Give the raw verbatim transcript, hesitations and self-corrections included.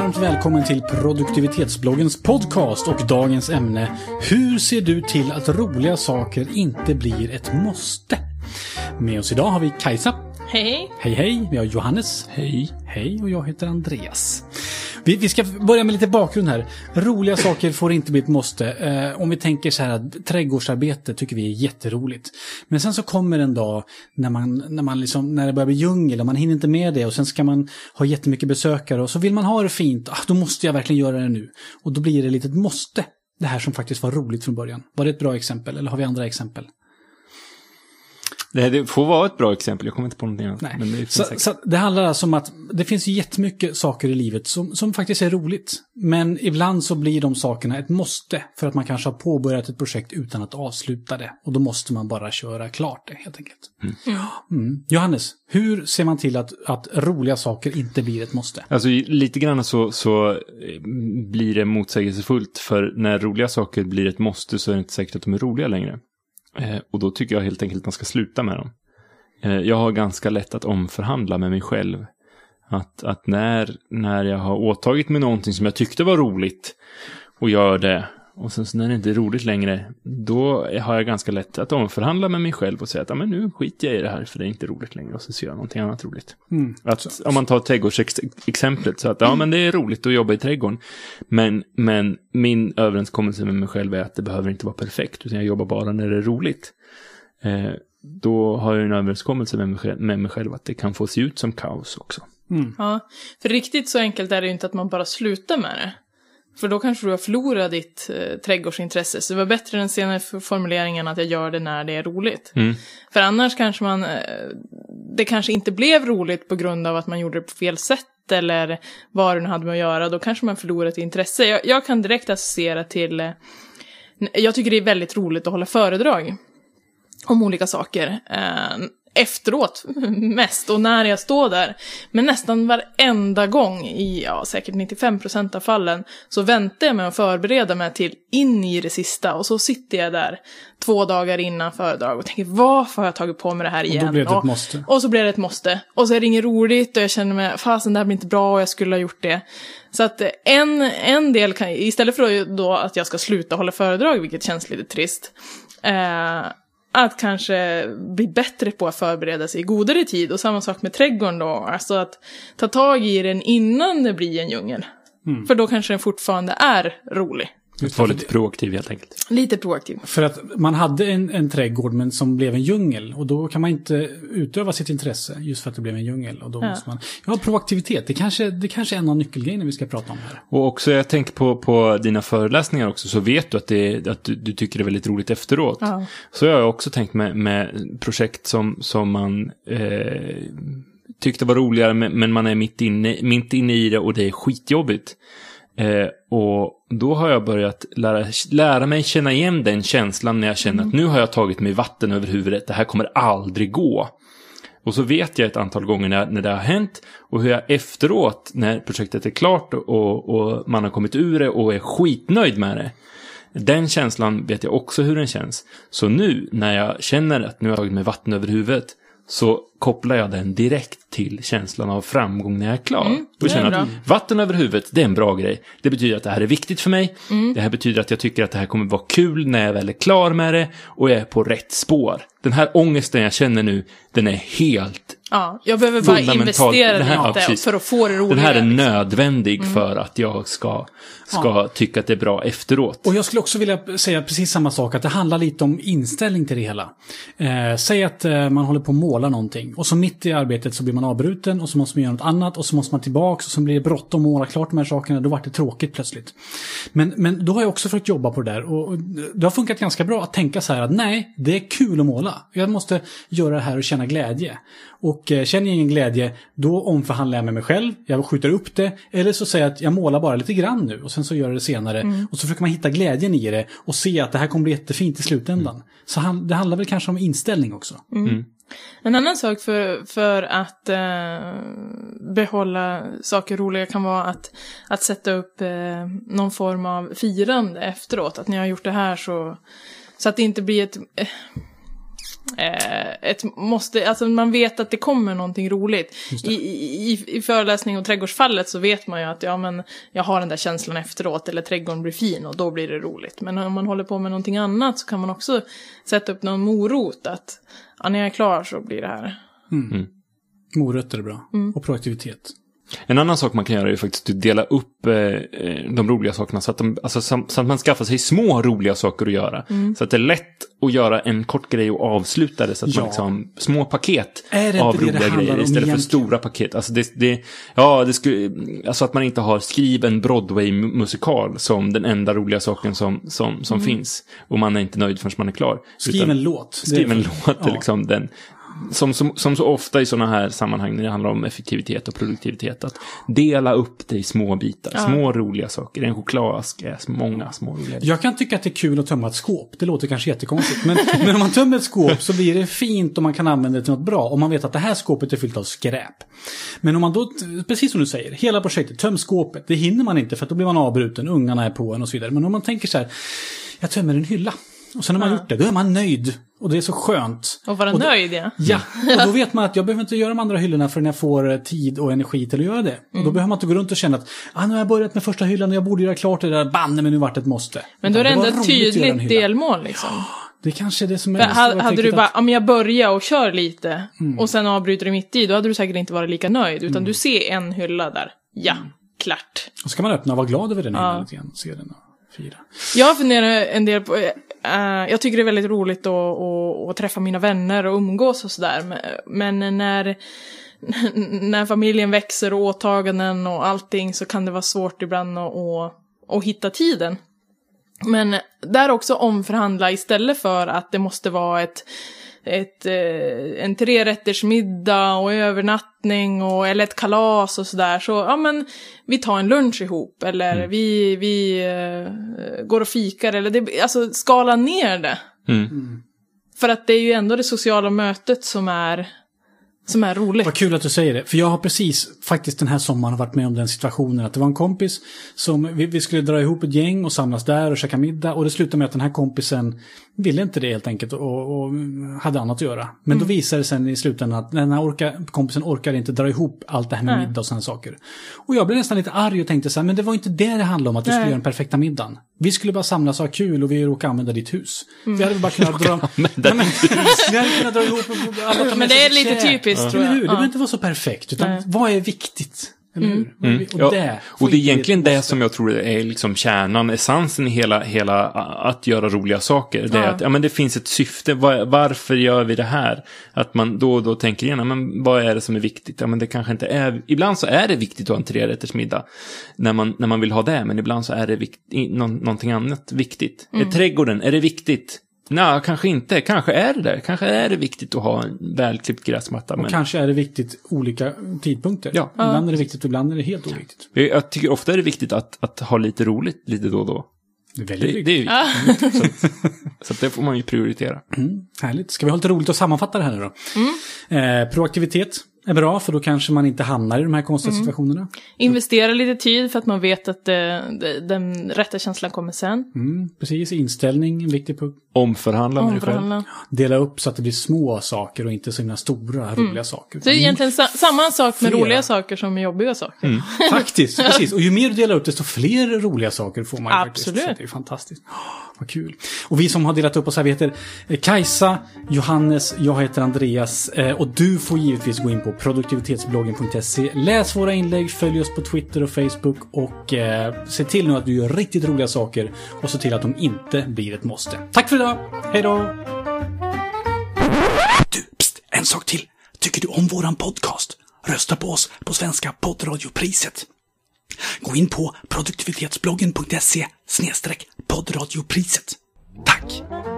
varmt välkommen till produktivitetsbloggens podcast och dagens ämne: hur ser du till att roliga saker inte blir ett måste? Med oss idag har vi Kajsa. Hej. Hej hej, vi har Johannes. Hej. Hej, och jag heter Andreas. Vi, vi ska börja med lite bakgrund här. Roliga saker får inte bli ett måste. Eh, om vi tänker så här att trädgårdsarbete tycker vi är jätteroligt. Men sen så kommer en dag när man, när man liksom, när det börjar bli djungel och man hinner inte med det och sen ska man ha jättemycket besökare och så vill man ha det fint. Ah, då måste jag verkligen göra det nu. Och då blir det lite ett måste. Det här som faktiskt var roligt från början. Var det ett bra exempel eller har vi andra exempel? Det, det får vara ett bra exempel, jag kommer inte på någonting annat. Nej. Men det, så, så det handlar alltså om att det finns ju jättemycket saker i livet som, som faktiskt är roligt. Men ibland så blir de sakerna ett måste för att man kanske har påbörjat ett projekt utan att avsluta det. Och då måste man bara köra klart det helt enkelt. Mm. Mm. Johannes, hur ser man till att, att roliga saker inte blir ett måste? Alltså lite grann så, så blir det motsägelsefullt, för när roliga saker blir ett måste så är det inte säkert att de är roliga längre. Eh, och då tycker jag helt enkelt att man ska sluta med dem. Eh, jag har ganska lätt att omförhandla med mig själv. Att, att när, när jag har åtagit mig någonting som jag tyckte var roligt och gör det, och sen så när det inte är roligt längre, då har jag ganska lätt att omförhandla med mig själv och säga att ja, men nu skiter jag i det här för det är inte roligt längre, och så ser jag någonting annat roligt. Mm. Att, om man tar trädgårdsexemplet, så att ja, men det är roligt att jobba i trädgården, men, men min överenskommelse med mig själv är att det behöver inte vara perfekt, utan jag jobbar bara när det är roligt. Eh, då har jag en överenskommelse med mig, själv, med mig själv att det kan få se ut som kaos också. Mm. Ja, för riktigt så enkelt är det ju inte att man bara slutar med det. För då kanske du har förlorat ditt eh, trädgårdsintresse. Så det var bättre den senare formuleringen att jag gör det när det är roligt. Mm. För annars kanske man... Eh, det kanske inte blev roligt på grund av att man gjorde det på fel sätt. Eller vad det nu hade med att göra. Då kanske man förlorat intresse. Jag, jag kan direkt associera till... Eh, jag tycker det är väldigt roligt att hålla föredrag om olika saker. Eh, efteråt mest, och när jag står där, men nästan varenda gång i, ja, säkert nittiofem procent av fallen, så väntar jag med att förbereda mig till in i det sista, och så sitter jag där två dagar innan föredrag och tänker, varför har jag tagit på mig det här igen? Och då blir det ett måste. Och så blir det ett måste. Och så är det inget roligt och jag känner mig, fasen, det här blir inte bra och jag skulle ha gjort det. Så att en, en del kan, istället för då att jag ska sluta hålla föredrag, vilket känns lite trist, eh, att kanske bli bättre på att förbereda sig i godare tid. Och samma sak med trädgården då. Alltså att ta tag i den innan det blir en djungel. Mm. För då kanske den fortfarande är rolig. Just var lite proaktiv helt enkelt. Lite proaktiv. För att man hade en, en trädgård men som blev en djungel. Och då kan man inte utöva sitt intresse just för att det blev en djungel. Och då ja. måste man... Ja, proaktivitet. Det kanske, det kanske är en av nyckelgrejerna vi ska prata om här. Och också, jag tänker på, på dina föreläsningar också. Så vet du att, det, att du, du tycker det är väldigt roligt efteråt. Ja. Så jag har också tänkt med, med projekt som, som man... Eh, tyckte var roligare, men man är mitt inne, mitt inne i det och det är skitjobbigt. Eh, och då har jag börjat lära, lära mig känna igen den känslan när jag känner mm. att nu har jag tagit mig vatten över huvudet, det här kommer aldrig gå. Och så vet jag ett antal gånger när, när det har hänt, och hur jag efteråt, när projektet är klart och, och man har kommit ur det och är skitnöjd med det, den känslan vet jag också hur den känns. Så nu när jag känner att nu har jag tagit mig vatten över huvudet, så kopplar jag den direkt till känslan av framgång när jag är klar. Mm, och känner att vatten över huvudet, det är en bra grej. Det betyder att det här är viktigt för mig. Mm. Det här betyder att jag tycker att det här kommer vara kul när jag väl är klar med det. Och jag är på rätt spår. Den här ångesten jag känner nu, den är helt... Ja, jag behöver bara investera det här, lite ja, för att få det roligare. Den här är nödvändig mm. för att jag ska, ska ja. tycka att det är bra efteråt. Och jag skulle också vilja säga precis samma sak, att det handlar lite om inställning till det hela. Eh, säg att eh, man håller på att måla någonting, och så mitt i arbetet så blir man avbruten, och så måste man göra något annat, och så måste man tillbaka, och så blir det bråttom att måla klart de här sakerna. Då var det tråkigt plötsligt. Men, men då har jag också försökt jobba på det där, och, och det har funkat ganska bra att tänka så här att nej, det är kul att måla. Jag måste göra det här och känna glädje. Och eh, känner jag ingen glädje, då omförhandlar jag med mig själv. Jag skjuter upp det. Eller så säger jag att jag målar bara lite grann nu. Och sen så gör jag det senare. Mm. Och så försöker man hitta glädjen i det. Och se att det här kommer bli jättefint i slutändan. Mm. Så han, det handlar väl kanske om inställning också. Mm. Mm. En annan sak för, för att eh, behålla saker roliga kan vara att, att sätta upp eh, någon form av firande efteråt. Att när jag har gjort det här så... Så att det inte blir ett... Eh, eh, ett måste, alltså man vet att det kommer någonting roligt. I, i, I föreläsning och trädgårdsfallet så vet man ju att ja, men jag har den där känslan efteråt, eller trädgården blir fin och då blir det roligt. Men om man håller på med någonting annat så kan man också sätta upp någon morot att ja, när jag är klar så blir det här. Mm. Mm. Morötter är bra. Mm. Och proaktivitet. En annan sak man kan göra är faktiskt att dela upp eh, de roliga sakerna så att, de, alltså, så, så att man skaffar sig små roliga saker att göra. Mm. Så att det är lätt att göra en kort grej och avsluta det så att ja. man liksom små paket av roliga grejer istället egentligen? För stora paket. Alltså det, det, ja, det skulle, alltså att man inte har skriv en Broadway-musikal som den enda roliga saken som, som, som mm. finns. Och man är inte nöjd förrän man är klar. Skriv en låt. Skriv en låt, ja. liksom den... Som, som, som så ofta i sådana här sammanhang när det handlar om effektivitet och produktivitet, att dela upp det i små bitar, ja. små roliga saker. En chokladask är många små roliga bitar. Jag kan tycka att det är kul att tömma ett skåp. Det låter kanske jättekonstigt. Men, men om man tömmer ett skåp så blir det fint och man kan använda det till något bra. Om man vet att det här skåpet är fyllt av skräp. Men om man då, precis som du säger, hela projektet, töm skåpet, det hinner man inte för att då blir man avbruten, ungarna är på en och så vidare. Men om man tänker så här, jag tömmer en hylla. Och sen när man ja. gjort det, då är man nöjd. Och det är så skönt. Och vara och då, nöjd, ja. Ja, och då vet man att jag behöver inte göra de andra hyllorna förrän jag får tid och energi till att göra det. Mm. Och då behöver man inte gå runt och känna att ah, nu har jag börjat med första hyllan och jag borde göra klart det där. Banne, men nu vart det ett måste. Men då är det ändå ett tydligt delmål liksom. Det kanske är det som är... För hade, hade du bara, att... om jag börjar och kör lite mm. och sen avbryter det mitt i, då hade du säkert inte varit lika nöjd. Utan mm. du ser en hylla där. Ja, mm. klart. Och så kan man öppna och vara glad över den hyllan lite grann. Se den och fira. Jag funderar en del på... Uh, jag tycker det är väldigt roligt att, att, att träffa mina vänner och umgås och sådär. Men när, när familjen växer och åtaganden och allting så kan det vara svårt ibland att, att, att hitta tiden. Men där också omförhandla istället för att det måste vara ett, ett, en trerätters middag och övernattning och, eller ett kalas och sådär. Så ja, men vi tar en lunch ihop eller mm. vi, vi uh, går och fikar eller det, alltså skala ner det. Mm. Mm. För att det är ju ändå det sociala mötet som är som är roligt. Vad kul att du säger det. För jag har precis faktiskt den här sommaren varit med om den situationen att det var en kompis som vi, vi skulle dra ihop ett gäng och samlas där och käka middag. Och det slutade med att den här kompisen ville inte det helt enkelt och, och hade annat att göra. Men mm. då visade det sen i slutändan att den här orka, kompisen orkar inte dra ihop allt det här med Nej. middag och sådana saker. Och jag blev nästan lite arg och tänkte så här, men det var inte det det handlade om att vi skulle göra den perfekta middagen. Vi skulle bara samlas och ha kul och vi råkade använda ditt hus. Mm. Vi hade bara kunnat dra... Nej, men, vi hade kunnat dra ihop alla men det är lite typiskt, ja. tror jag. Det behöver inte vara så perfekt, utan Nej. vad är viktigt? Eller hur? Mm. Mm. Och, ja. det, och det är egentligen det som jag tror är liksom kärnan, essensen i hela, hela att göra roliga saker. Det är ja. att ja, men det finns ett syfte. Var, varför gör vi det här? Att man då och då tänker igen, men vad är det som är viktigt? Ja, men det kanske inte är... Ibland så är det viktigt att ha en trerättersmiddag när man, när man vill ha det, men ibland så är det vikt, nå, någonting annat viktigt. Mm. Är trädgården, är det viktigt? Nej, kanske inte. Kanske är det det. Kanske är det viktigt att ha en välklippt gräsmatta. Och men... kanske är det viktigt olika tidpunkter. Ja. Ibland är det viktigt, ibland är det helt oviktigt. Jag tycker ofta är det viktigt att, att ha lite roligt lite då och då. Det är väldigt det, det är viktigt. Mm. Så, så det får man ju prioritera. Mm, härligt. Ska vi ha lite roligt att sammanfatta det här nu då? Mm. Eh, proaktivitet är bra, för då kanske man inte hamnar i de här konstiga mm. situationerna. Investera lite tid för att man vet att det, det, den rätta känslan kommer sen. Mm, precis, inställning, en viktig punkt. Omförhandla med dig själv. Dela upp så att det blir små saker och inte så himla stora, mm. roliga saker. Så det är egentligen sa- samma sak med flera. Roliga saker som med jobbiga saker. Mm. Faktiskt, precis. Och ju mer du delar upp, desto fler roliga saker får man. Absolut. Faktiskt. Så det är fantastiskt. Oh, vad kul. Och vi som har delat upp oss här, vi heter Kajsa, Johannes, jag heter Andreas. Och du får givetvis gå in på produktivitetsbloggen punkt se. Läs våra inlägg, följ oss på Twitter och Facebook och eh, se till nu att du gör riktigt roliga saker och se till att de inte blir ett måste. Tack för idag. Hej då! Du, pst, en sak till. Tycker du om våran podcast? Rösta på oss på Svenska poddradiopriset. Gå in på produktivitetsbloggen punkt se snedstreck poddradiopriset. Tack!